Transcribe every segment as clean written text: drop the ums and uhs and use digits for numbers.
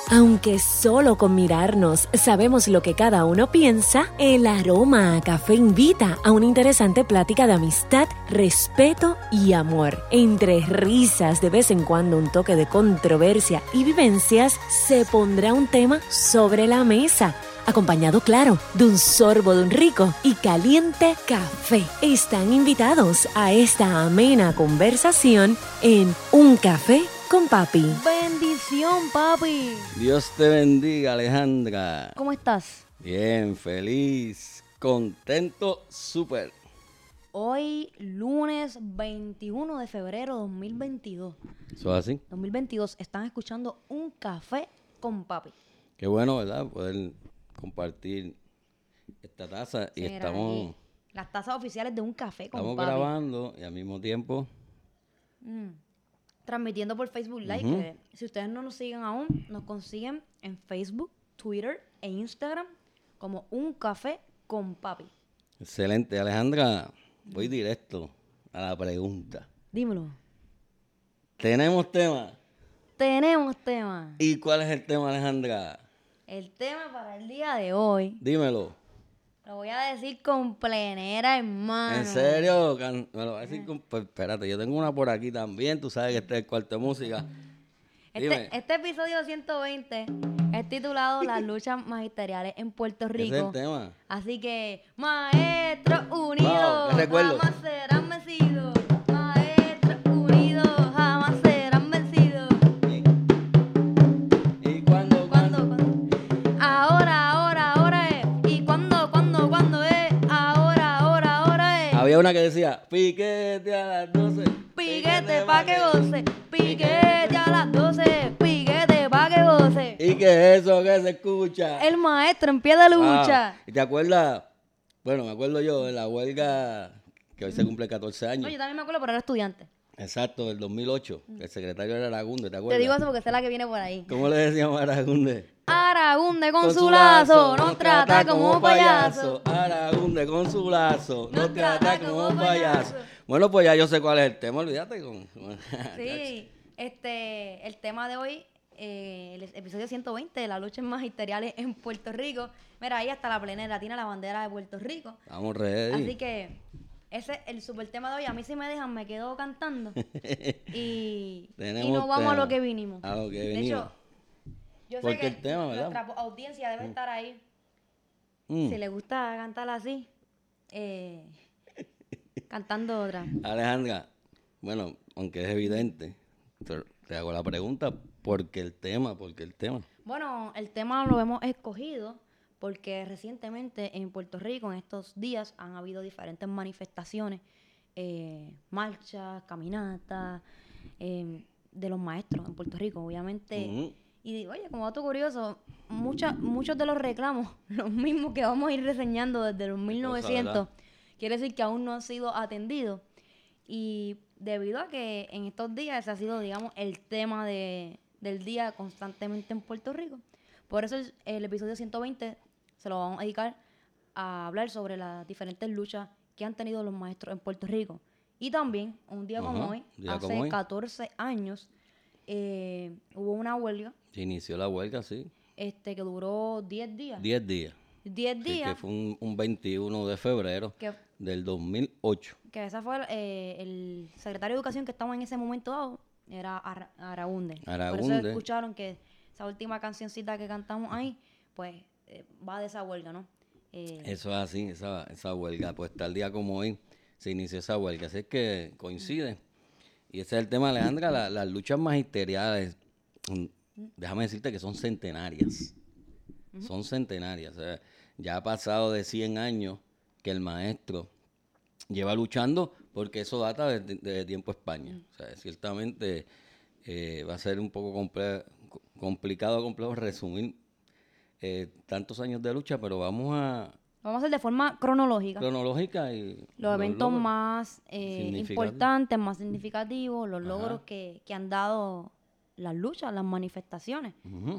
Aunque solo con mirarnos sabemos lo que cada uno piensa, el aroma a café invita a una interesante plática de amistad, respeto y amor. Entre risas, de vez en cuando un toque de controversia y vivencias, se pondrá un tema sobre la mesa, acompañado, claro, de un sorbo de un rico y caliente café. Están invitados a esta amena conversación en Un Café con Papi. Bendición, papi. Dios te bendiga, Alejandra. ¿Cómo estás? Bien, feliz, contento, súper. Hoy, lunes 21 de febrero de 2022. ¿Eso es así? 2022, están escuchando Un Café con Papi. Qué bueno, ¿verdad? Poder compartir esta taza y Mira, estamos aquí, las tazas oficiales de Un Café con estamos Papi. grabando y al mismo tiempo Transmitiendo por Facebook Live. Que si ustedes no nos siguen aún, nos consiguen en Facebook, Twitter e Instagram como Un Café con Papi. excelente. Alejandra, voy directo a la pregunta. Dímelo. ¿Tenemos tema? Tenemos tema. ¿Y cuál es el tema, Alejandra? El tema para el día de hoy Dímelo. lo voy a decir con plenera, hermano. ¿En serio? Me lo vas a decir con... Pues espérate, yo tengo una por aquí también. Tú sabes que este es el cuarto de música. Dime. Este episodio 120 es titulado Las luchas magisteriales en Puerto Rico. Ese es el tema. Así que, maestros unidos, Wow, qué recuerdo. jamás serán vencidos. Maestros unidos, jamás serán vencidos. ¿Y cuándo? Ahora es. ¿Y cuándo es? Ahora es. Había una que decía, piquete a las 12. Piquete pa' que goce, piquete a las 12, piquete pa' que goce. ¿Y qué es eso que se escucha? El maestro en pie de lucha. Wow. ¿Y te acuerdas? Bueno, me acuerdo yo de la huelga que hoy se cumple 14 años. No, yo también me acuerdo, pero era estudiante. Exacto, del 2008. El secretario era Aragunde, ¿te acuerdas? Te digo eso porque sé la que viene por ahí. ¿Cómo le decíamos a Aragunde? Aragunde con su lazo nos trata como payaso. Aragunde con su lazo Nos trata como payaso. Bueno, pues ya yo sé cuál es el tema, olvídate. Sí, el tema de hoy, el episodio 120 de las luchas magisteriales en Puerto Rico. Mira, ahí hasta la plenera tiene la bandera de Puerto Rico. Vamos ready. Así que ese es el super tema de hoy. A mí si me dejan me quedo cantando. y nos vamos a lo que vinimos. A lo que De venimos. hecho, yo Porque sé que el tema, ¿verdad? nuestra audiencia debe estar ahí. Si le gusta cantar así, cantando otra. Alejandra, bueno, aunque es evidente, te hago la pregunta, ¿por qué el tema? Bueno, el tema lo hemos escogido porque recientemente en Puerto Rico, en estos días, han habido diferentes manifestaciones, marchas, caminatas, de los maestros en Puerto Rico, obviamente. Y oye, como dato curioso, muchos de los reclamos, los mismos que vamos a ir reseñando desde los 1900, quiere decir que aún no han sido atendidos. Y debido a que en estos días ese ha sido, digamos, el tema del día constantemente en Puerto Rico, por eso el episodio 120 se lo vamos a dedicar a hablar sobre las diferentes luchas que han tenido los maestros en Puerto Rico. Y también, un día como hoy, hace 14 años, hubo una huelga. Se inició la huelga, sí. Que duró 10 días. 10 días. 10 Sí, días. que fue un 21 de febrero del 2008. Que ese fue el secretario de Educación que estaba en ese momento dado, era Aragunde. Por eso escucharon que esa última cancioncita que cantamos ahí, pues va de esa huelga, ¿no? Eso es así, esa huelga. Pues tal día como hoy se inició esa huelga. Así es que coincide. Y ese es el tema, Alejandra, las luchas magisteriales. Déjame decirte que son centenarias. Son centenarias. O sea, ya ha pasado de 100 años que el maestro lleva luchando, porque eso data de tiempo España. O sea, ciertamente va a ser un poco complejo resumir tantos años de lucha, pero vamos a hacer de forma cronológica. Y los eventos más importantes, más significativos, los logros que han dado las luchas, las manifestaciones.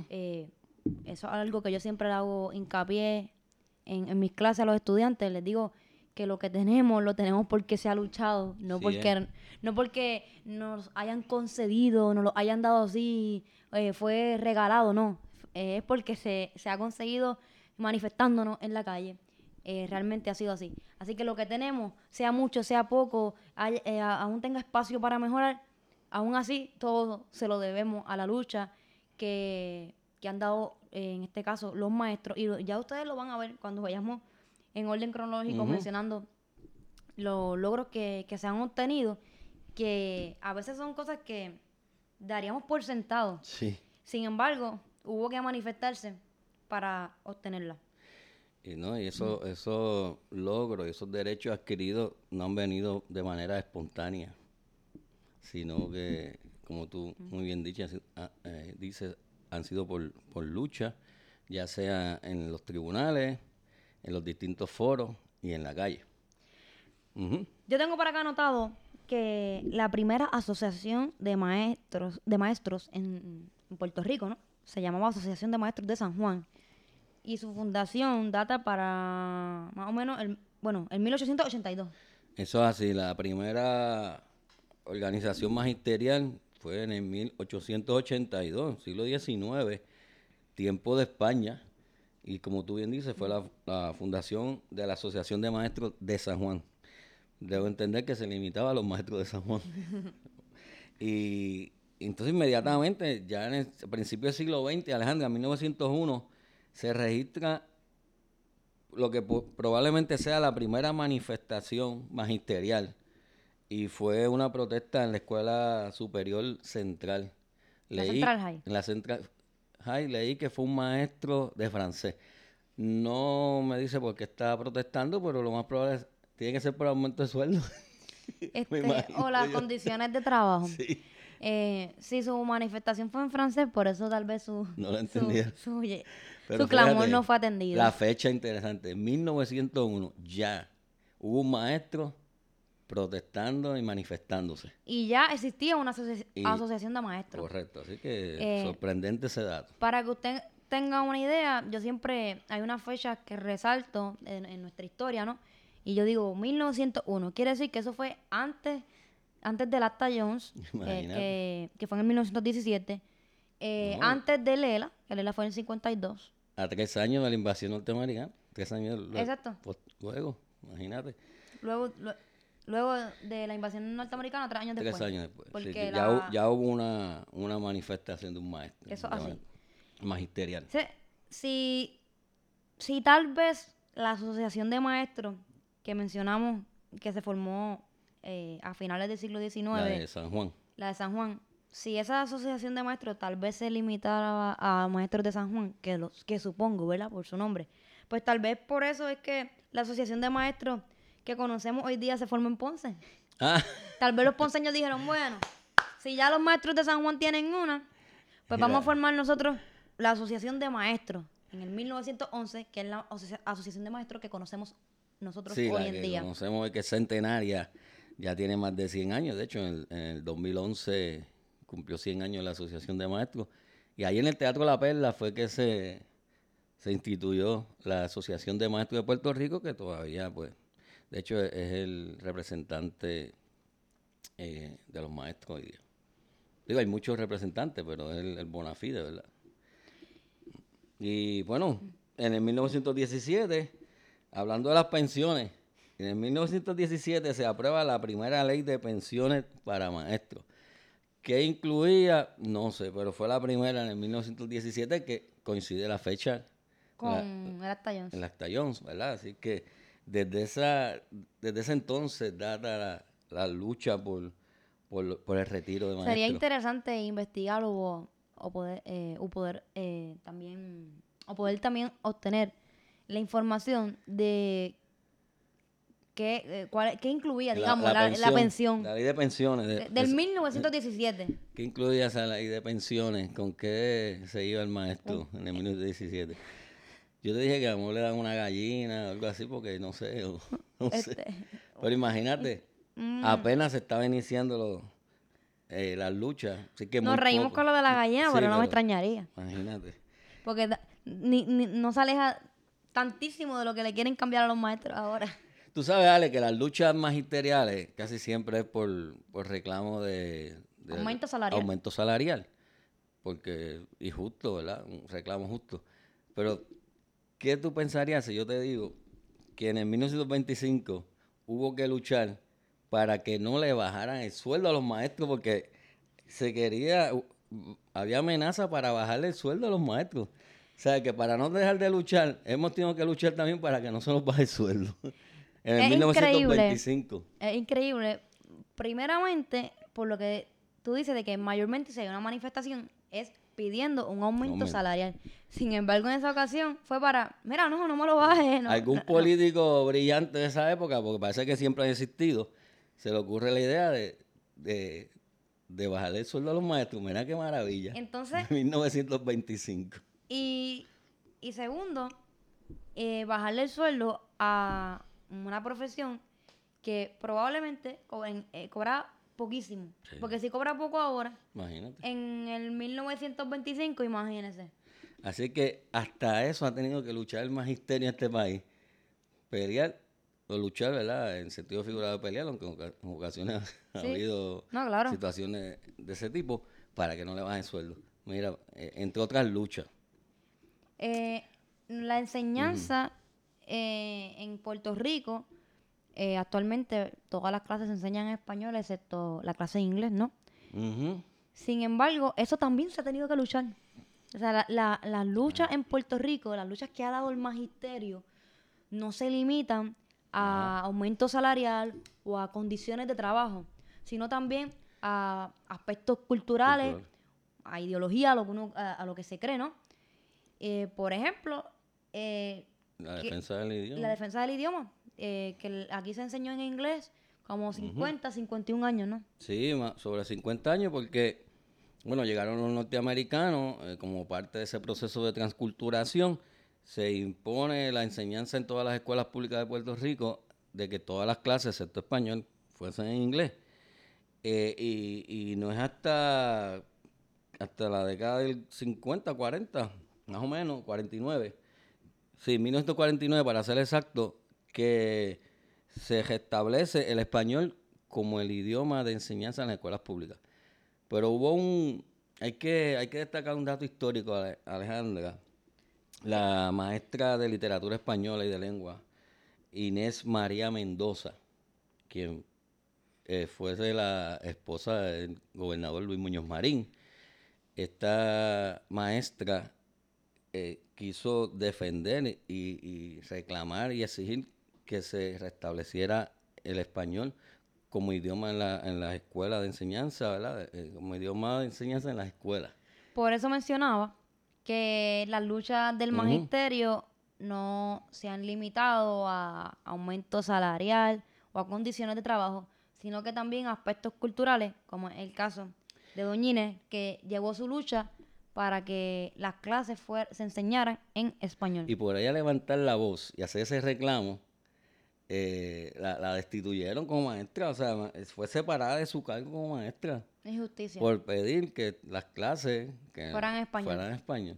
Eso es algo que yo siempre le hago hincapié en mis clases a los estudiantes. Les digo que lo que tenemos, lo tenemos porque se ha luchado, no porque nos hayan concedido, nos lo hayan dado así, fue regalado, no. es porque se ha conseguido manifestándonos en la calle. Realmente ha sido así. Así que lo que tenemos, sea mucho, sea poco, aún tenga espacio para mejorar, aún así todo se lo debemos a la lucha que han dado, en este caso, los maestros. Y ya ustedes lo van a ver cuando vayamos en orden cronológico mencionando los logros que se han obtenido, que a veces son cosas que daríamos por sentado. Sí. Sin embargo, hubo que manifestarse para obtenerla. Y esos logros, esos derechos adquiridos no han venido de manera espontánea, sino que, como tú muy bien dices, han sido por lucha, ya sea en los tribunales, en los distintos foros y en la calle. Yo tengo por acá anotado que la primera asociación de maestros en Puerto Rico, ¿no? Se llamaba Asociación de Maestros de San Juan. Y su fundación data para más o menos el 1882. Eso es así, la primera organización magisterial fue en el 1882, siglo XIX, tiempo de España. Y como tú bien dices, fue la fundación de la Asociación de Maestros de San Juan. Debo entender que se limitaba a los maestros de San Juan. Y entonces inmediatamente, ya en el principio del siglo XX, Alejandra, en 1901, se registra lo que probablemente sea la primera manifestación magisterial. Y fue una protesta en la Escuela Superior Central. Central High. En la Central High leí que fue un maestro de francés. No me dice por qué estaba protestando, pero lo más probable es tiene que ser por aumento de sueldo. O las condiciones de trabajo. Sí. Si su manifestación fue en francés, por eso tal vez No lo entendía. su Pero clamor fíjate, no fue atendido. La fecha interesante, en 1901 ya hubo un maestro protestando y manifestándose. Y ya existía una asociación de maestros. Correcto, así que sorprendente ese dato. Para que usted tenga una idea, yo siempre hay una fecha que resalto en nuestra historia, ¿no? Y yo digo 1901, quiere decir que eso fue antes del Acta Jones, que fue en el 1917, antes de Lela, que Lela fue en el 52. A 3 años de la invasión norteamericana, 3 años Exacto. Luego, imagínate. Luego de la invasión norteamericana, 3 años después. 3 años después. Porque Sí, ya hubo una manifestación de un maestro. Eso así. Magisterial. Si tal vez la asociación de maestros que mencionamos, que se formó a finales del siglo XIX. La de San Juan. Si esa asociación de maestros tal vez se limitara a maestros de San Juan, que supongo, ¿verdad? Por su nombre. Pues tal vez por eso es que la asociación de maestros que conocemos hoy día se formó en Ponce. Tal vez los ponceños dijeron, bueno, si ya los maestros de San Juan tienen una, pues vamos a formar nosotros la asociación de maestros en el 1911, que es la asociación de maestros que conocemos nosotros hoy en día. Conocemos hoy, que es centenaria, ya tiene más de 100 años. De hecho, en el 2011 cumplió 100 años la Asociación de Maestros. Y ahí en el Teatro La Perla fue que se instituyó la Asociación de Maestros de Puerto Rico, que todavía, pues, de hecho, es el representante de los maestros hoy día. Digo, hay muchos representantes, pero es el bona fide, ¿verdad? Y bueno, en el 1917, hablando de las pensiones, en el 1917 se aprueba la primera ley de pensiones para maestros. ¿Qué incluía? No sé, pero fue la primera en el 1917 que coincide la fecha con el Acta Jones. El Acta Jones, ¿verdad? Así que desde ese entonces data la lucha por el retiro de maestros. Sería interesante investigar o poder también obtener la información de qué incluía, digamos, la pensión. La ley de pensiones. Del 1917. ¿Qué incluía esa ley de pensiones? ¿Con qué se iba el maestro en el 1917? Yo te dije que a lo mejor le dan una gallina o algo así porque no sé. Sé. Pero imagínate, apenas se estaba iniciando las luchas. Así que nos reímos con lo de la gallina, sí, pero no me extrañaría. Imagínate. Porque no se aleja tantísimo de lo que le quieren cambiar a los maestros ahora. Tú sabes, Ale, que las luchas magisteriales casi siempre es por reclamo de aumento salarial. Aumento salarial. porque, y justo, ¿verdad? Un reclamo justo. Pero, ¿qué tú pensarías si yo te digo que en el 1925 hubo que luchar para que no le bajaran el sueldo a los maestros? Porque había amenaza para bajarle el sueldo a los maestros. O sea, que para no dejar de luchar, hemos tenido que luchar también para que no se nos baje el sueldo. En el Es 1925. Es increíble. Primeramente, por lo que tú dices de que mayormente si hay una manifestación es pidiendo un aumento salarial. Sin embargo, en esa ocasión fue para, mira, no me lo bajes. Algún político brillante de esa época, porque parece que siempre han existido, se le ocurre la idea de bajarle el sueldo a los maestros. Mira qué maravilla. Entonces, 1925. Y segundo, bajarle el sueldo a una profesión que probablemente cobra poquísimo. Sí. Porque si cobra poco ahora, Imagínate. en el 1925, imagínese. Así que hasta eso ha tenido que luchar el magisterio en este país. Pelear, o luchar, ¿verdad? En sentido figurado de pelear, aunque en ocasiones ha habido situaciones de ese tipo, para que no le bajen sueldo. Mira, entre otras luchas. La enseñanza en Puerto Rico, actualmente todas las clases se enseñan en español, excepto la clase de inglés, ¿no? Sin embargo, eso también se ha tenido que luchar. O sea, las luchas en Puerto Rico, las luchas que ha dado el magisterio, no se limitan a aumento salarial o a condiciones de trabajo, sino también a aspectos culturales, a ideología, a lo que se cree, ¿no? Por ejemplo, la defensa del idioma. La defensa del idioma, que aquí se enseñó en inglés como 50, 51 años, ¿no? Sí, sobre 50 años, porque, bueno, llegaron los norteamericanos, como parte de ese proceso de transculturación, se impone la enseñanza en todas las escuelas públicas de Puerto Rico de que todas las clases, excepto español, fuesen en inglés. Y no es hasta la década del 50, 40, más o menos, 49. Sí, 1949 para ser exacto, que se restablece el español como el idioma de enseñanza en las escuelas públicas. Pero hay que destacar un dato histórico, Alejandra. La maestra de literatura española y de lengua, Inés María Mendoza, quien fuese la esposa del gobernador Luis Muñoz Marín. Esta maestra quiso defender y reclamar y exigir que se restableciera el español como idioma en la escuela de enseñanza, ¿verdad? Como idioma de enseñanza en las escuelas. Por eso mencionaba que las luchas del magisterio no se han limitado a aumento salarial o a condiciones de trabajo, sino que también a aspectos culturales, como es el caso de Doña Inés, que llevó su lucha para que las clases se enseñaran en español. Y por ella levantar la voz y hacer ese reclamo, la destituyeron como maestra, o sea, fue separada de su cargo como maestra. Injusticia. Por pedir que las clases fueran en español.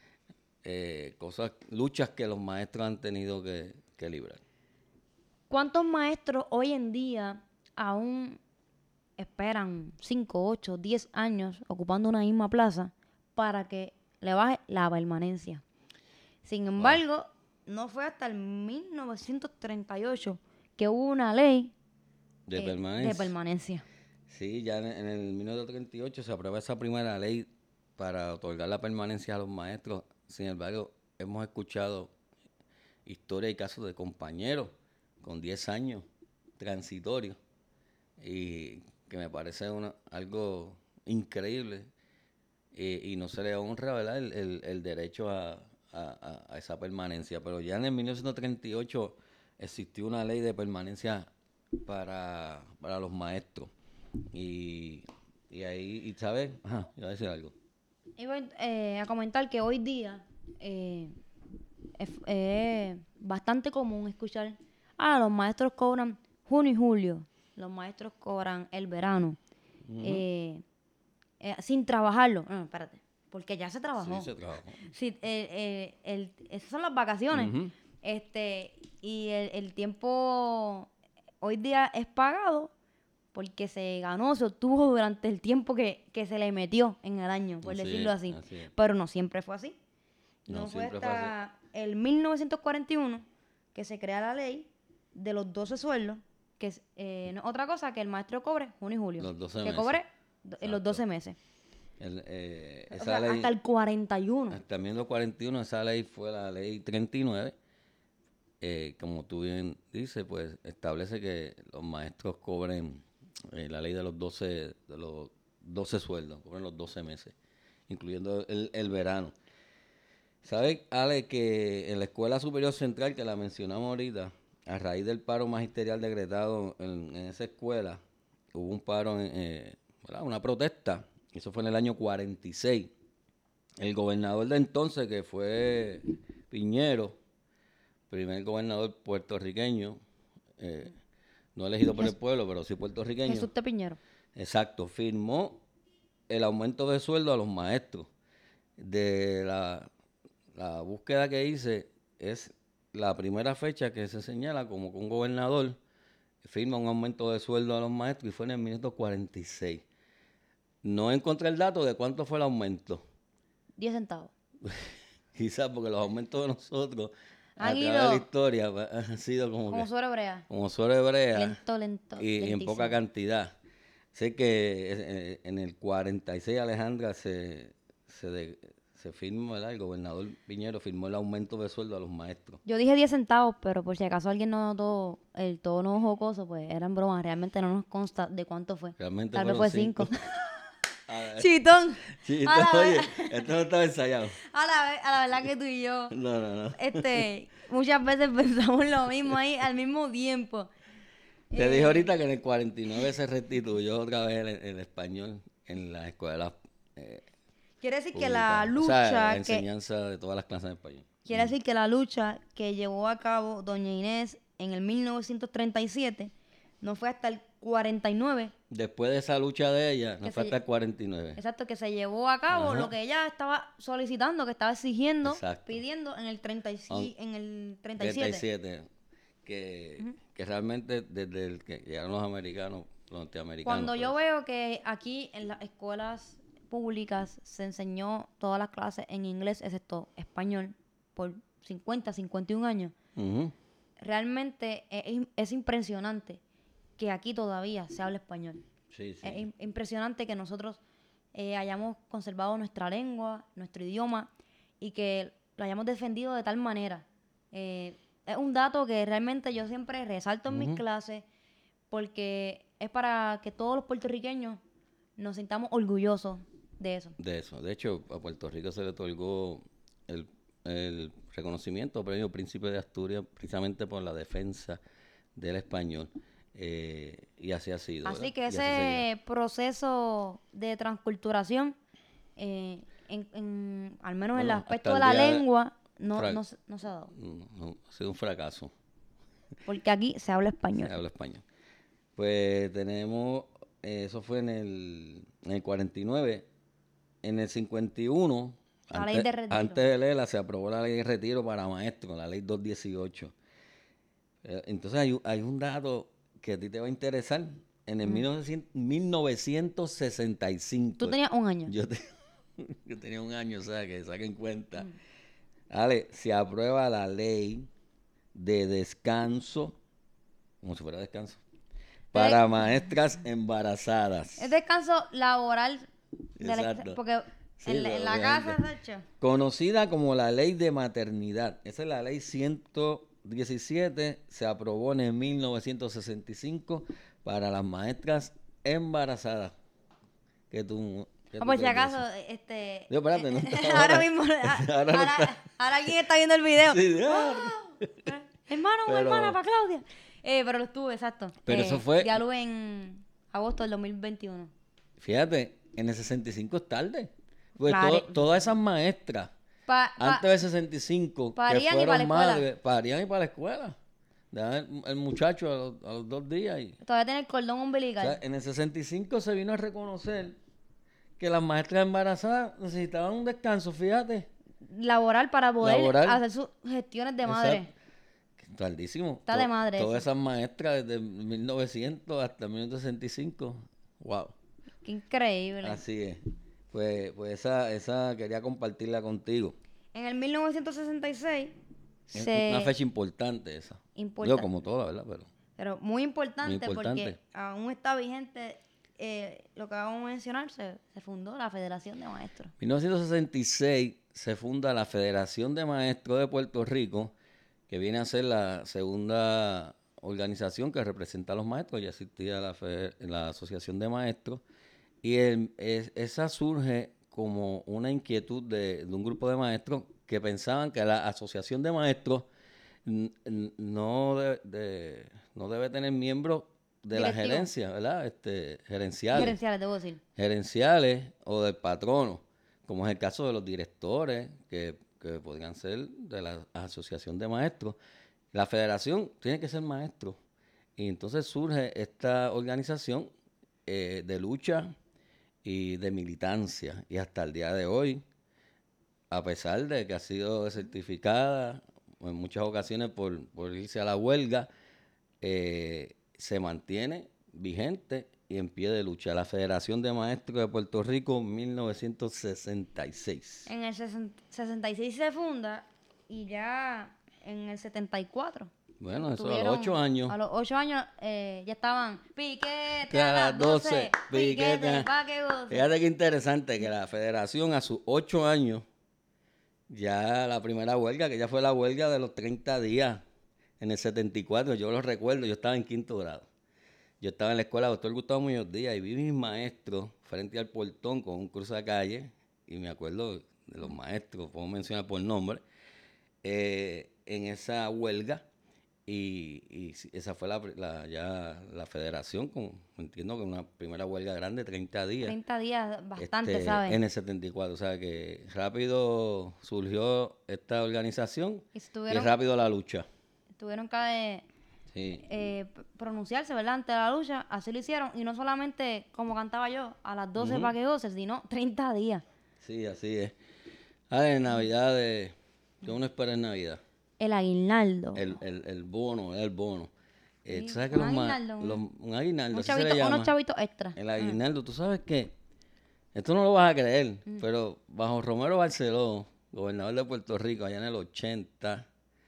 Luchas que los maestros han tenido que librar. ¿Cuántos maestros hoy en día aún esperan 5, 8, 10 años ocupando una misma plaza para que le baje la permanencia? Sin embargo, no fue hasta el 1938 que hubo una ley de permanencia. Sí, ya en el 1938 se aprueba esa primera ley para otorgar la permanencia a los maestros. Sin embargo, hemos escuchado historias y casos de compañeros con 10 años transitorios y que me parece algo increíble y no se le honra, ¿verdad? el derecho a esa permanencia. Pero ya en el 1938 existió una ley de permanencia para los maestros. Y ahí, ¿sabes? Iba a decir algo. Iba a comentar que hoy día es bastante común escuchar, los maestros cobran junio y julio, los maestros cobran el verano, sin trabajarlo. No, espérate, porque ya se trabajó. Sí, se trabajó. Sí, esas son las vacaciones. Y el tiempo hoy día es pagado porque se obtuvo durante el tiempo que se le metió en el año, por decirlo así. es. Pero no siempre fue así. No No fue siempre fue hasta el 1941 que se crea la ley de los 12 sueldos, que es no es otra cosa que el maestro cobre junio y julio. Los 12 que meses. cobre en los Exacto. 12 meses. Esa O sea, ley, hasta el 41. hasta el 1941, esa ley fue la ley 39. Como tú bien dices, pues establece que los maestros cobren la ley de los 12 sueldos, cobren los 12 meses, incluyendo el verano. ¿Sabes, Ale, que en la Escuela Superior Central, que la mencionamos ahorita, a raíz del paro magisterial decretado en esa escuela, hubo un paro, ¿verdad? Una protesta, eso fue en el año 46. El gobernador de entonces, que fue Piñero, primer gobernador puertorriqueño, no elegido por el pueblo, pero sí puertorriqueño. Jesús T. Piñero. Exacto, firmó el aumento de sueldo a los maestros. De la búsqueda que hice, es la primera fecha que se señala como que un gobernador firma un aumento de sueldo a los maestros y fue en el 1946. No encontré el dato de cuánto fue el aumento. 10 centavos. Quizás porque los aumentos de nosotros a Han través ido de la historia pues, han sido como como que sobre brea. como sobre brea Lento. y en lentísimo. poca cantidad. Sé que en el 46, Alejandra, se firma, ¿verdad? El gobernador Piñero firmó el aumento de sueldo a los maestros. Yo dije 10 centavos, pero por si acaso alguien no notó el tono jocoso, pues eran bromas. Realmente no nos consta de cuánto fue. Realmente Tal vez fueron fue 5. A ver, Chitón. sí, A la oye, vez- esto no estaba ensayado. a la verdad que tú y yo, No. muchas veces pensamos lo mismo ahí al mismo tiempo. Te dije ahorita que en el 49 se restituyó otra vez el español en las escuelas Quiere decir que públicas. la O sea, lucha la que enseñanza de todas las clases de español. quiere decir que la lucha que llevó a cabo doña Inés en el 1937 no fue hasta el 49, Después de esa lucha de ella, Que no fue se- hasta el 49. exacto, que se llevó a cabo Ajá. lo que ella estaba solicitando, que estaba exigiendo, Exacto. pidiendo en el 37. 37. Que realmente desde el que llegaron los americanos, los norteamericanos. Cuando yo pues, veo que aquí en las escuelas públicas se enseñó todas las clases en inglés, excepto español, por 51 años, ujú, realmente es impresionante que aquí todavía se habla español. sí. Es impresionante que nosotros hayamos conservado nuestra lengua, nuestro idioma y que lo hayamos defendido de tal manera. Es un dato que realmente yo siempre resalto en mis clases porque es para que todos los puertorriqueños nos sintamos orgullosos de eso. De eso. De hecho, a Puerto Rico se le otorgó el reconocimiento premio Príncipe de Asturias precisamente por la defensa del español. Y así ha sido. Así ¿verdad? que Y así seguirá. ese proceso de transculturación, al menos en el Bueno, aspecto hasta de el la día de- lengua, Fra- no se ha dado. No, ha sido un fracaso. Porque aquí se habla español. Se habla español. Pues tenemos, eso fue en el 49. En el 51, La ley de retiro. antes de Lela, se aprobó la ley de retiro para maestros, la ley 218. Entonces hay un dato que a ti te va a interesar. En el 1965. Tú tenías un año. Yo tenía un año, o sea, que saquen cuenta. Ale, se aprueba la ley de descanso, como si fuera descanso, para maestras embarazadas. Es descanso laboral Exacto. porque Sí, en la casa, obviamente. Sacho, Conocida como la ley de maternidad. Esa es la ley 117, se aprobó en el 1965 para las maestras embarazadas. ¿Qué tú por si crees de acaso, eso? Yo, espérate, no, ahora mismo, ahora no está. ahora alguien está viendo el video. Sí, Hermano o Pero- hermana para Claudia. Pero lo estuve, exacto. Pero eso fue- Diálogo en agosto del 2021. Fíjate, en el 65 es tarde. Pues Claro. todas esas maestras, antes del 65, que parían y para la fueron escuela. madres, parían y para la escuela. Dejaban el muchacho a los 2 días. Todavía tiene el cordón O umbilical. sea, en el 65 se vino a reconocer que las maestras embarazadas necesitaban un descanso, fíjate. Laboral para poder Laboral. hacer sus gestiones de madre. Exacto. Tardísimo. Está de madre Todas eso. esas maestras desde 1900 hasta 1965. Wow. Qué increíble. Así es. Pues esa quería compartirla contigo. En el 1966 Es una se fecha importante esa. Yo importa, como toda, ¿verdad? pero muy importante, Muy importante. porque aún está vigente lo que vamos a mencionar, se fundó la Federación de Maestros. En 1966 se funda la Federación de Maestros de Puerto Rico, que viene a ser la segunda organización que representa a los maestros. Ya existía la Asociación de Maestros. Y esa surge como una inquietud de un grupo de maestros que pensaban que la Asociación de Maestros no debe tener miembros de la Directivo. gerencia, ¿verdad? Gerenciales. Gerenciales, debo decir. Gerenciales o del patrono, como es el caso de los directores, que podrían ser de la Asociación de Maestros. La federación tiene que ser maestro. Y entonces surge esta organización de lucha y de militancia. Y hasta el día de hoy, a pesar de que ha sido certificada en muchas ocasiones por irse a la huelga, se mantiene vigente y en pie de lucha. La Federación de Maestros de Puerto Rico, 1966. En el 66 se funda y ya en el 74. Bueno, eso a tuvieron- los 8 años. A los 8 años ya estaban piquete A a las las 12, piquete piquete. pa' que goce. Fíjate qué interesante que la federación a sus 8 años, ya la primera huelga, que ya fue la huelga de los 30 días en el 74, yo lo recuerdo, yo estaba en quinto grado. Yo estaba en la escuela Doctor Gustavo Muñoz Díaz y vi a mis maestros frente al portón con un cruzacalle, y me acuerdo de los maestros, puedo mencionar por nombre, en esa huelga. Y sí, esa fue ya la federación, entiendo que una primera huelga grande, 30 días. 30 días, bastante, ¿sabes? En el 74, o sea que rápido surgió esta organización Y y rápido la lucha. tuvieron que Sí, pronunciarse, ¿verdad? Ante la lucha, así lo hicieron. Y no solamente, como cantaba yo, a las 12 Ujú. pa' que goces, sino 30 días. sí, así es. En Navidad, ¿qué uno espera en Navidad? El aguinaldo. El bono, el bono. Sí, ¿Tú sabes que un aguinaldo, un aguinaldo, Un así se le chavito, llama? unos chavitos extra. El aguinaldo, tú sabes que, esto no lo vas a creer, pero bajo Romero Barceló, gobernador de Puerto Rico, allá en el 80,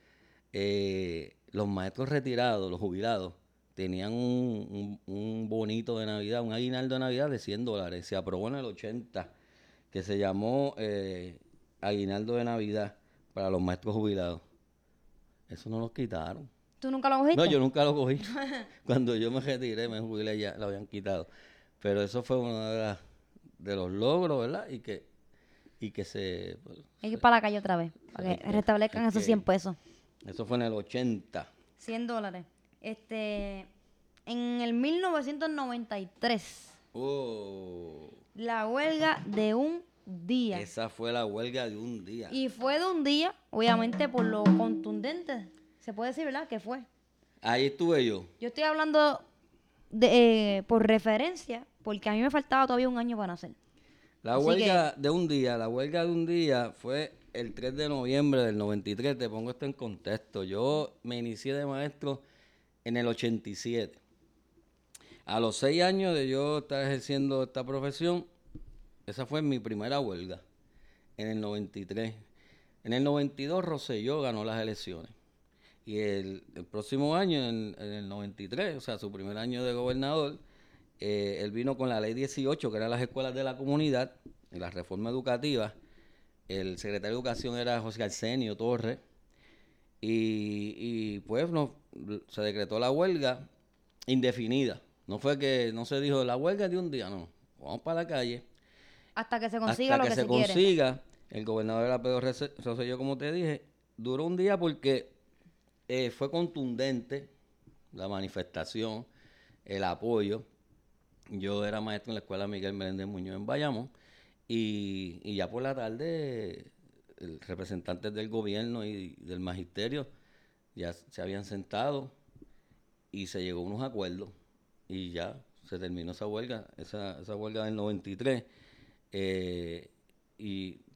los maestros retirados, los jubilados, tenían un bonito de Navidad, un aguinaldo de Navidad de $100. Se aprobó en el 80, que se llamó aguinaldo de Navidad para los maestros jubilados. Eso no lo quitaron. ¿Tú nunca lo cogiste? No, yo nunca lo cogí. Cuando yo me retiré, me jubilé, ya lo habían quitado. Pero eso fue uno de los logros, ¿verdad? Y que se... pues, Hay que ir para la calle otra vez, para que restablezcan hay esos que- 100 pesos. Eso fue en el 80. $100. En el 1993, Oh, la huelga de un día. esa fue la huelga de un día. Y fue de un día, obviamente, por lo contundente. Se puede decir, ¿verdad? Que fue. Ahí estuve yo. Yo estoy hablando por referencia, porque a mí me faltaba todavía un año para nacer. La Así huelga de un día fue el 3 de noviembre del 93. Te pongo esto en contexto. Yo me inicié de maestro en el 87. A los 6 años de yo estar ejerciendo esta profesión, esa fue mi primera huelga, en el 93. En el 92 Rosselló ganó las elecciones. Y el próximo año, en el 93, o sea, su primer año de gobernador, él vino con la ley 18, que eran las escuelas de la comunidad, y la reforma educativa. El secretario de Educación era José Arsenio Torres. Y pues se decretó la huelga indefinida. No fue que no se dijo la huelga de un día, no. Vamos para la calle. Hasta que se consiga Hasta lo que se quiere. quiere. El gobernador era Pedro Rosselló, como te dije. Duró un día porque fue contundente la manifestación, el apoyo. Yo era maestro en la escuela Miguel Meléndez Muñoz en Bayamón, y ya por la tarde representantes del gobierno y del magisterio ya se habían sentado y se llegó a unos acuerdos y ya se terminó esa huelga del 93. Y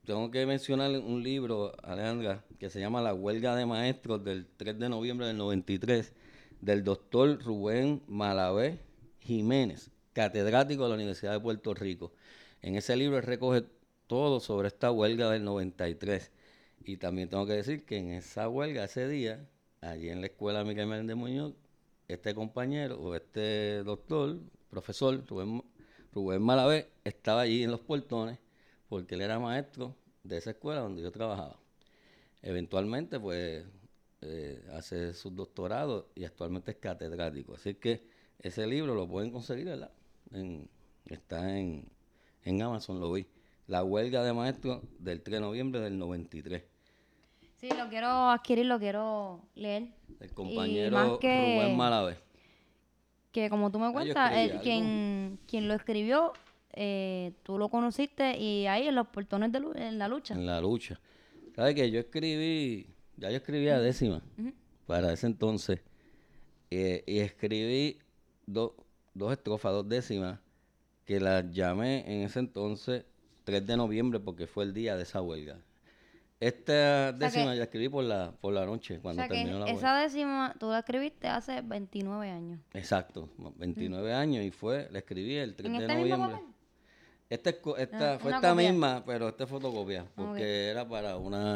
tengo que mencionar un libro, Alejandra, que se llama La Huelga de Maestros del 3 de noviembre del 93, del doctor Rubén Malavé Jiménez, catedrático de la Universidad de Puerto Rico. En ese libro él recoge todo sobre esta huelga del 93. Y también tengo que decir que en esa huelga, ese día, allí en la escuela Miguel Meléndez Muñoz, este compañero o este doctor, profesor Rubén Malavé, estaba allí en los portones porque él era maestro de esa escuela donde yo trabajaba. Eventualmente, pues, hace su doctorado y actualmente es catedrático. Así que ese libro lo pueden conseguir, ¿verdad? Está en Amazon, lo vi. La huelga de maestros del 3 de noviembre del 93. Sí, lo quiero adquirir, lo quiero leer. El Y compañero más Rubén Malavé. que como tú me yo cuentas, escribí algo. quien lo escribió, tú lo conociste y ahí en los portones en la lucha. En la lucha. ¿Sabes qué? Yo escribía décima para ese entonces. Y escribí dos estrofas, 2 décimas, que las llamé en ese entonces 3 de noviembre porque fue el día de esa huelga. Esta décima ya escribí por la noche, cuando terminó la huelga. Esa décima tú la escribiste hace 29 años. Exacto, 29 años y la escribí el 3 de este mismo noviembre. papel? Fue una esta copia. misma, pero esta es fotocopia, porque era para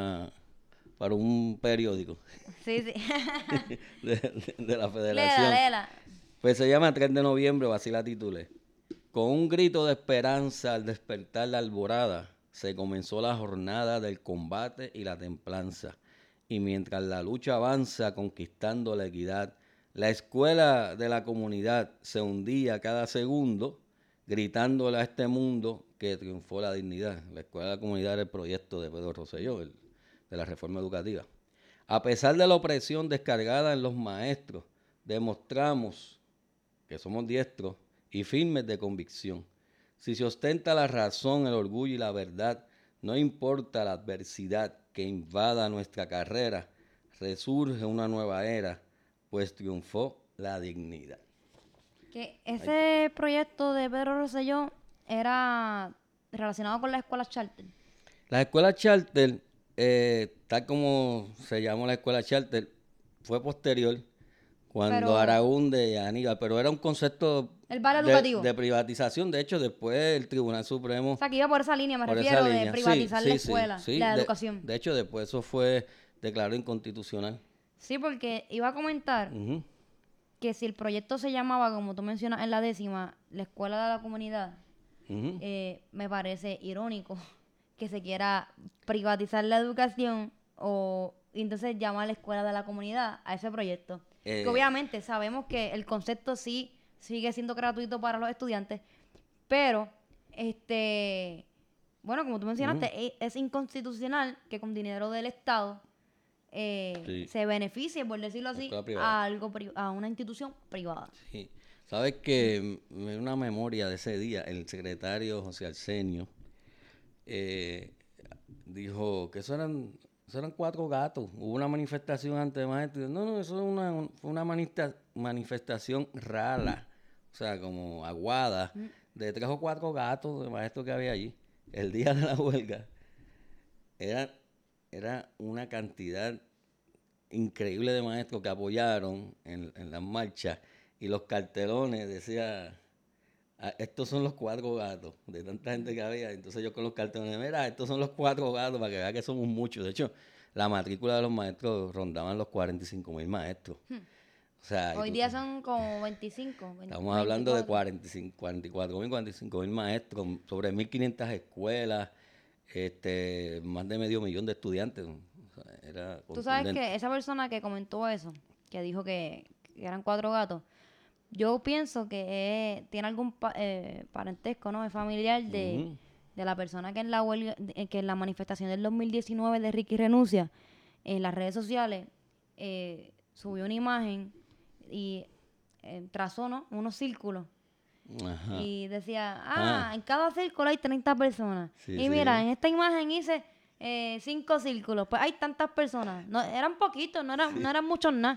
un periódico Sí. de la Federación. Léela. Pues se llama 3 de noviembre, o así la titulé. Con un grito de esperanza al despertar la alborada, se comenzó la jornada del combate y la templanza. Y mientras la lucha avanza conquistando la equidad, la escuela de la comunidad se hundía cada segundo, gritándole a este mundo que triunfó la dignidad. La escuela de la comunidad era el proyecto de Pedro Rosselló, de la reforma educativa. A pesar de la opresión descargada en los maestros, demostramos que somos diestros y firmes de convicción. Si se ostenta la razón, el orgullo y la verdad, no importa la adversidad que invada nuestra carrera, resurge una nueva era, pues triunfó la dignidad. Que ese proyecto de Pedro Rosselló era relacionado con las escuelas charter. Las escuelas charter, tal como se llamó la escuela charter, fue posterior cuando Araúnde y Aníbal, pero era un concepto de privatización. De hecho, después el Tribunal Supremo... O sea, que iba por esa línea, me refiero, de privatizar la escuela, la educación. De hecho, después eso fue declarado inconstitucional. Sí, porque iba a comentar que si el proyecto se llamaba, como tú mencionas en la décima, la escuela de la comunidad, me parece irónico que se quiera privatizar la educación y entonces llamar a la escuela de la comunidad a ese proyecto. Que obviamente sabemos que el concepto sí sigue siendo gratuito para los estudiantes, pero bueno, como tú mencionaste, es inconstitucional que con dinero del Estado se beneficie, por decirlo así, a una institución privada. Sí. Sabes que me da una memoria de ese día, el secretario José Arsenio dijo que eso eran 4 gatos. Hubo una manifestación ante maestros. No, eso fue una manifestación rara, o sea, como aguada, de 3 o 4 gatos de maestros que había allí. El día de la huelga era una cantidad increíble de maestros que apoyaron en las marchas, y los cartelones decía: estos son los 4 gatos, de tanta gente que había. Entonces yo con los cartones, mira, estos son los 4 gatos, para que vea que somos muchos. De hecho, la matrícula de los maestros rondaban los 45,000 maestros. O sea, hoy día son como 25. Estamos hablando de 45,000 maestros, sobre 1.500 escuelas, más de 500,000 de estudiantes. O sea, era tú sabes que esa persona que comentó eso, que dijo que eran 4 gatos, yo pienso que tiene algún parentesco, ¿no? Es familiar de la persona que en la huelga, que en la manifestación del 2019 de Ricky Renuncia, en las redes sociales, subió una imagen y trazó, ¿no?, unos círculos. Ajá. Y decía, en cada círculo hay 30 personas. Sí, y mira, en esta imagen hice 5 círculos. Pues hay tantas personas. No, eran poquitos, no eran muchos nada.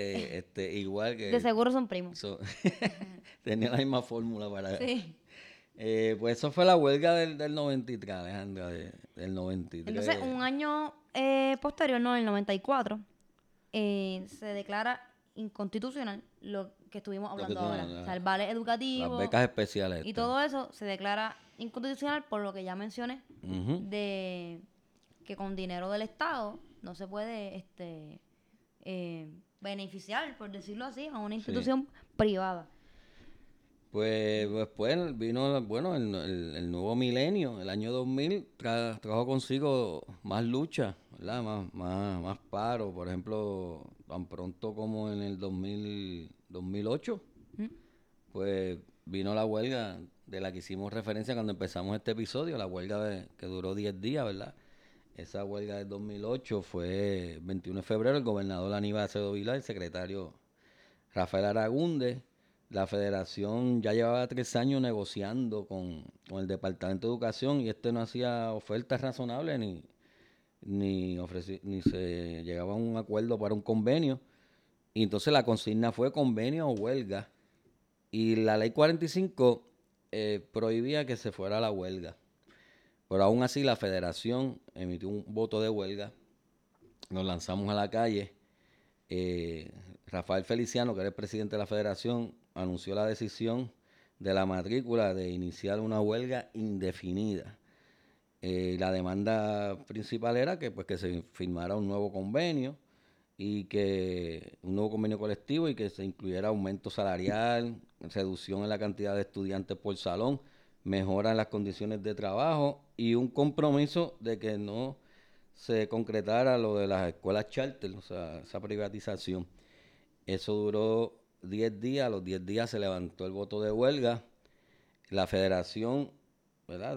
Siempre igual que... De seguro son primos. Tenía la misma fórmula para... Sí. Pues eso fue la huelga del 93, Alejandra, del 93. Entonces, un año posterior, no, en el 94, se declara inconstitucional lo que estuvimos hablando ahora. O sea, el vale Las educativo becas especiales. y todo eso se declara inconstitucional por lo que ya mencioné, Ujú. de que con dinero del Estado no se puede beneficiar, por decirlo así, a una institución privada. Pues después vino, bueno, el nuevo milenio, el año 2000, trajo consigo más lucha, ¿verdad? Más paro, por ejemplo, tan pronto como en el 2008, pues vino la huelga de la que hicimos referencia cuando empezamos este episodio, la huelga que duró 10 días, ¿verdad? Esa huelga del 2008 fue el 21 de febrero, el gobernador Aníbal Acevedo Vilá, el secretario Rafael Aragunde. La federación ya llevaba 3 años negociando con el Departamento de Educación y no hacía ofertas razonables ni se llegaba a un acuerdo para un convenio. Y entonces la consigna fue convenio o huelga. Y la ley 45 prohibía que se fuera a la huelga. Pero aún así la federación emitió un voto de huelga. Nos lanzamos a la calle. Rafael Feliciano, que era el presidente de la federación, anunció la decisión de la matrícula de iniciar una huelga indefinida. La demanda principal era que se firmara un nuevo convenio un nuevo convenio colectivo y que se incluyera aumento salarial, reducción en la cantidad de estudiantes por salón, mejora en las condiciones de trabajo y un compromiso de que no se concretara lo de las escuelas charter, o sea, esa privatización. Eso duró 10 días, a los 10 días se levantó el voto de huelga. La federación, ¿verdad?,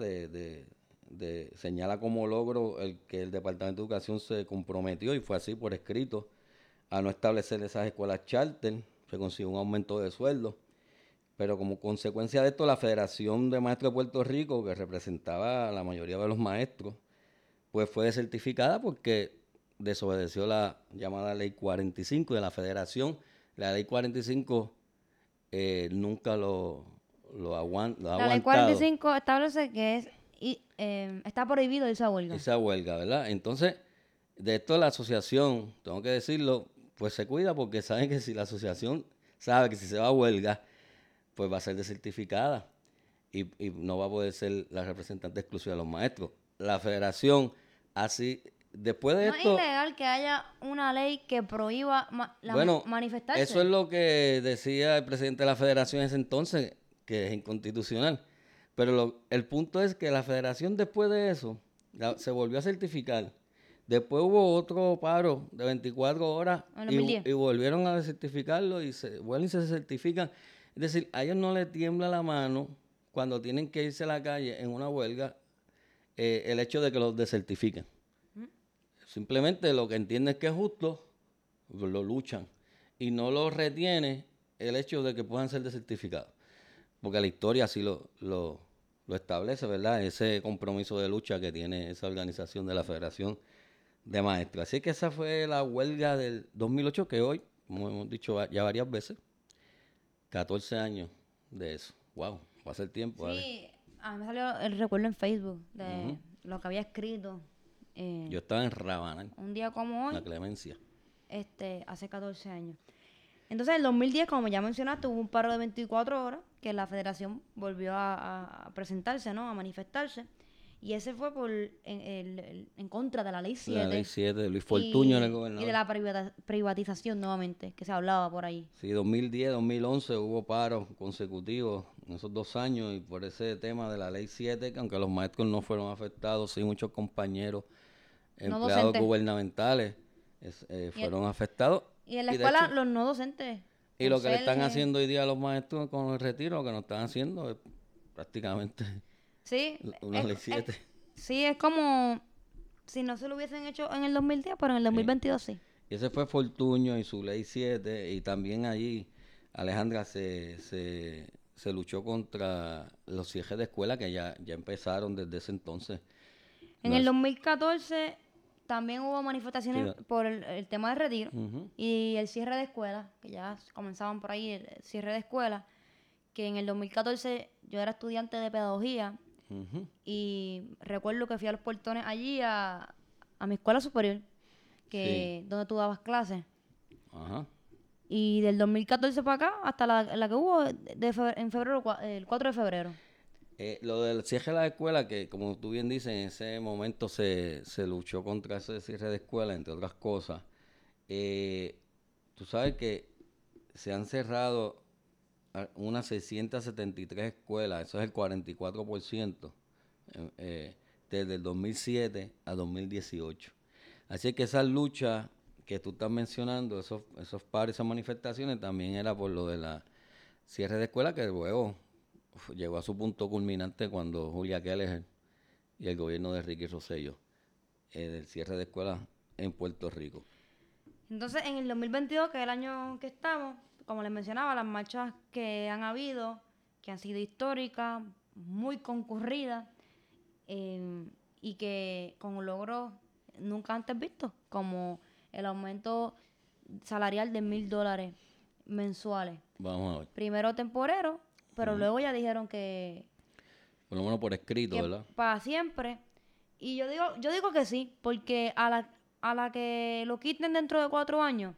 señala como logro que el Departamento de Educación se comprometió, y fue así por escrito, a no establecer esas escuelas charter. Se consiguió un aumento de sueldo. Pero como consecuencia de esto, la Federación de Maestros de Puerto Rico, que representaba a la mayoría de los maestros, pues fue desertificada porque desobedeció la llamada Ley 45 de la Federación. La Ley 45 nunca lo ha La ley aguantado. 45 establece que está prohibido esa huelga. Esa huelga, ¿verdad? Entonces, de esto la asociación, tengo que decirlo, pues se cuida porque saben que si la asociación sabe que si se va a huelga, pues va a ser desertificada y no va a poder ser la representante exclusiva de los maestros. La federación, así, después de No esto... es ilegal que haya una ley que prohíba manifestarse. Eso es lo que decía el presidente de la federación en ese entonces, que es inconstitucional. Pero el punto es que la federación después de eso se volvió a certificar. Después hubo otro paro de 24 horas En 2010. y volvieron a certificarlo vuelven y se certifican. Es decir, a ellos no les tiembla la mano cuando tienen que irse a la calle en una huelga el hecho de que los desertifiquen. Simplemente lo que entienden es que es justo, lo luchan. Y no lo retiene el hecho de que puedan ser desertificados. Porque la historia así lo establece, ¿verdad? Ese compromiso de lucha que tiene esa organización de la Federación de Maestros. Así que esa fue la huelga del 2008, que hoy, como hemos dicho ya varias veces, 14 años de eso. Wow, va a ser tiempo. Sí, a mí me salió el recuerdo en Facebook de lo que había escrito. Yo estaba en Rabanal, Un día como hoy, la Clemencia. hace 14 años. Entonces, en el 2010, como ya mencionaste, hubo un paro de 24 horas que la federación volvió a presentarse, ¿no? A manifestarse. Y ese fue en contra de la Ley 7. La Ley 7 de Luis Fortuño en el gobernador. Y de la privatización nuevamente, que se hablaba por ahí. Sí, 2010, 2011 hubo paros consecutivos en esos 2 años y por ese tema de la Ley 7, que aunque los maestros no fueron afectados, sí muchos compañeros empleados docentes. gubernamentales fueron afectados. Y en la de escuela, hecho, los no docentes. y lo que le están conserjes. haciendo hoy día a los maestros con el retiro, lo que nos están haciendo es prácticamente Sí, una Ley 7. Sí, es como si no se lo hubiesen hecho en el 2010, pero en el 2022 sí. Y ese fue Fortuño y su Ley 7, y también allí, Alejandra, se luchó contra los cierres de escuela que ya empezaron desde ese entonces. En el 2014 también hubo manifestaciones por el tema de retiro y el cierre de escuelas, que ya comenzaban por ahí el cierre de escuelas, que en el 2014 yo era estudiante de pedagogía Ujú. y recuerdo que fui a los portones allí a mi escuela superior, donde tú dabas clases. Ajá. Y del 2014 para acá, hasta la que hubo en febrero, el 4 de febrero. Lo del cierre de la escuela, que como tú bien dices, en ese momento se luchó contra ese cierre de escuela, entre otras cosas. Tú sabes que se han cerrado unas 673 escuelas, eso es el 44%, desde el 2007 a 2018. Así que esa lucha que tú estás mencionando, esos paros, esas manifestaciones, también era por lo de la cierre de escuela, que luego llegó a su punto culminante cuando Julia Keller y el gobierno de Ricky Rosselló, del cierre de escuelas en Puerto Rico. Entonces, en el 2022, que es el año que estamos, como les mencionaba, las marchas que han habido, que han sido históricas, muy concurridas, y que con logros nunca antes vistos, como el aumento salarial de $1,000 mensuales. Vamos a ver. Primero temporero, pero luego ya dijeron que Por lo menos por escrito, ¿verdad? para siempre. Y yo digo que sí, porque a la que lo quiten dentro de 4 años,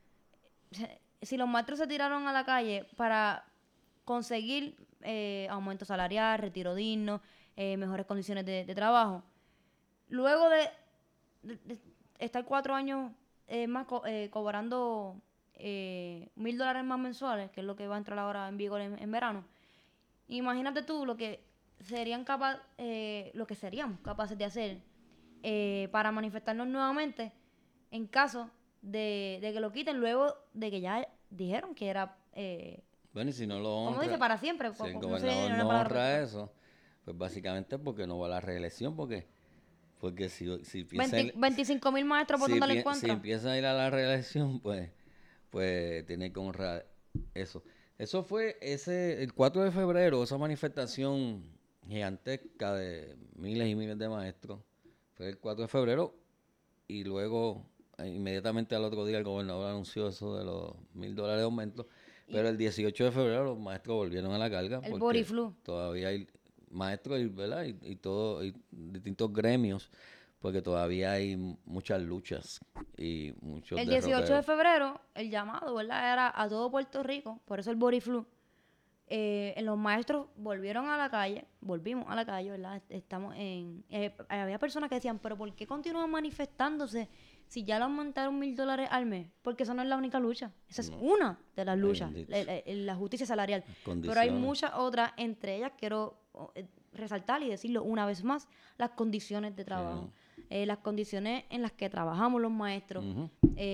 si los maestros se tiraron a la calle para conseguir aumento salarial, retiro digno, mejores condiciones de trabajo, luego de estar 4 años más cobrando $1,000 más mensuales, que es lo que va a entrar ahora en vigor en verano, imagínate tú lo que seríamos capaces de hacer para manifestarnos nuevamente en caso de que lo quiten luego de que ya dijeron que era, Bueno, y si no lo como honra, dice, para siempre. si el No sé, gobernador una no palabra honra perfecta. eso, pues básicamente porque no va a la reelección, porque si piensa 25,000 maestros votándole en si contra. empieza a ir a la reelección, pues tiene que honrar eso. Eso fue el 4 de febrero, esa manifestación gigantesca de miles y miles de maestros. Fue el 4 de febrero y luego inmediatamente al otro día el gobernador anunció eso de los $1,000 de aumento. Pero el 18 de febrero los maestros volvieron a la carga El porque body flu. todavía hay maestros ¿verdad? Y todo, y distintos gremios, porque todavía hay muchas luchas y muchos El 18 de derroteros. febrero, el llamado, ¿verdad? Era a todo Puerto Rico, por eso el body flu. Los maestros volvimos a la calle, ¿verdad? Había personas que decían, pero ¿por qué continúan manifestándose si ya le aumentaron $1,000 al mes? Porque esa no es la única lucha. Esa es una de las luchas, bendito. la justicia salarial. Pero hay Condiciones. muchas otras, entre ellas quiero resaltar y decirlo una vez más, las condiciones de trabajo. Las condiciones en las que trabajamos los maestros. Ujú.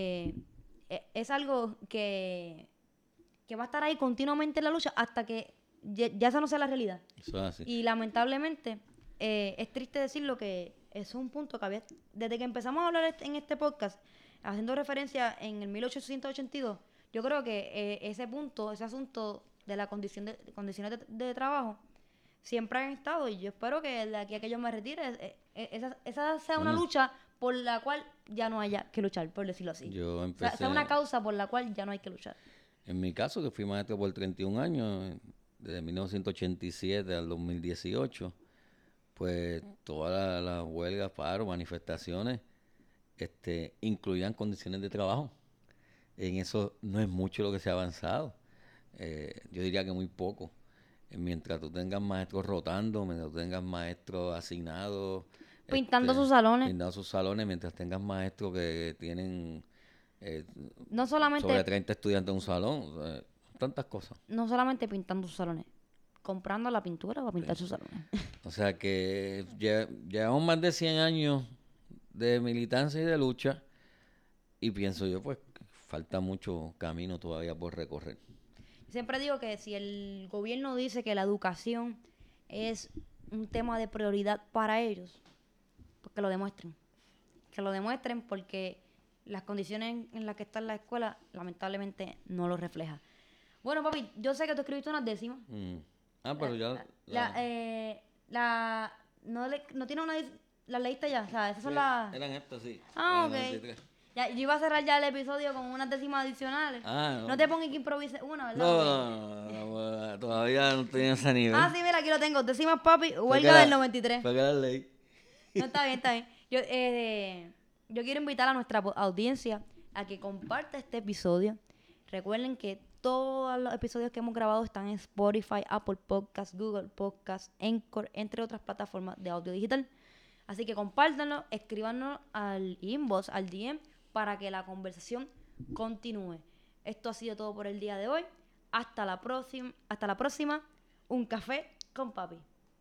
Es algo que va a estar ahí continuamente en la lucha hasta que ya esa no sea la realidad. Eso es así. Y lamentablemente, es triste decirlo que eso es un punto que había, desde que empezamos a hablar en este podcast, haciendo referencia en el 1882, yo creo que ese punto, ese asunto de la condiciones de trabajo, siempre han estado, y yo espero que de aquí a que yo me retire, esa sea una lucha por la cual ya no haya que luchar, por decirlo así. Yo Sea una causa por la cual ya no hay que luchar. En mi caso, que fui maestro por 31 años, desde 1987 al 2018, pues todas las huelgas, paros, manifestaciones, incluían condiciones de trabajo. En eso no es mucho lo que se ha avanzado. Yo diría que muy poco. Mientras tú tengas maestros rotando, mientras tú tengas maestros asignados. Pintando sus salones. Pintando sus salones, mientras tengas maestros que tienen No solamente sobre 30 estudiantes en un salón. O sea, tantas cosas. No solamente pintando sus salones, comprando la pintura para pintar sus salones. O sea que llevamos más de 100 años de militancia y de lucha, y pienso yo, pues, que falta mucho camino todavía por recorrer. Siempre digo que si el gobierno dice que la educación es un tema de prioridad para ellos, pues que lo demuestren. Que lo demuestren, porque las condiciones en las que está la escuela lamentablemente no lo refleja. Bueno, papi, yo sé que tú escribiste unas décimas. Pero ya... No tiene la leíste ya, o sea, esas son Sí, las... eran estas, sí. Ah, Eran ok. 93. Ya, yo iba a cerrar ya el episodio con unas décimas adicionales. Ah, no. No te pongas que improvise una, ¿verdad? No, todavía no estoy en ese nivel. Ah, sí, mira, aquí lo tengo. Décimas, papi, Fue huelga que del la- 93. Fue que la ley. No, está bien, está bien. Yo quiero invitar a nuestra audiencia a que comparta este episodio. Recuerden que todos los episodios que hemos grabado están en Spotify, Apple Podcasts, Google Podcasts, Anchor, entre otras plataformas de audio digital. Así que compártanlo, escríbanos al inbox, al DM, para que la conversación continúe. Esto ha sido todo por el día de hoy. Hasta la próxima. Un café con papi.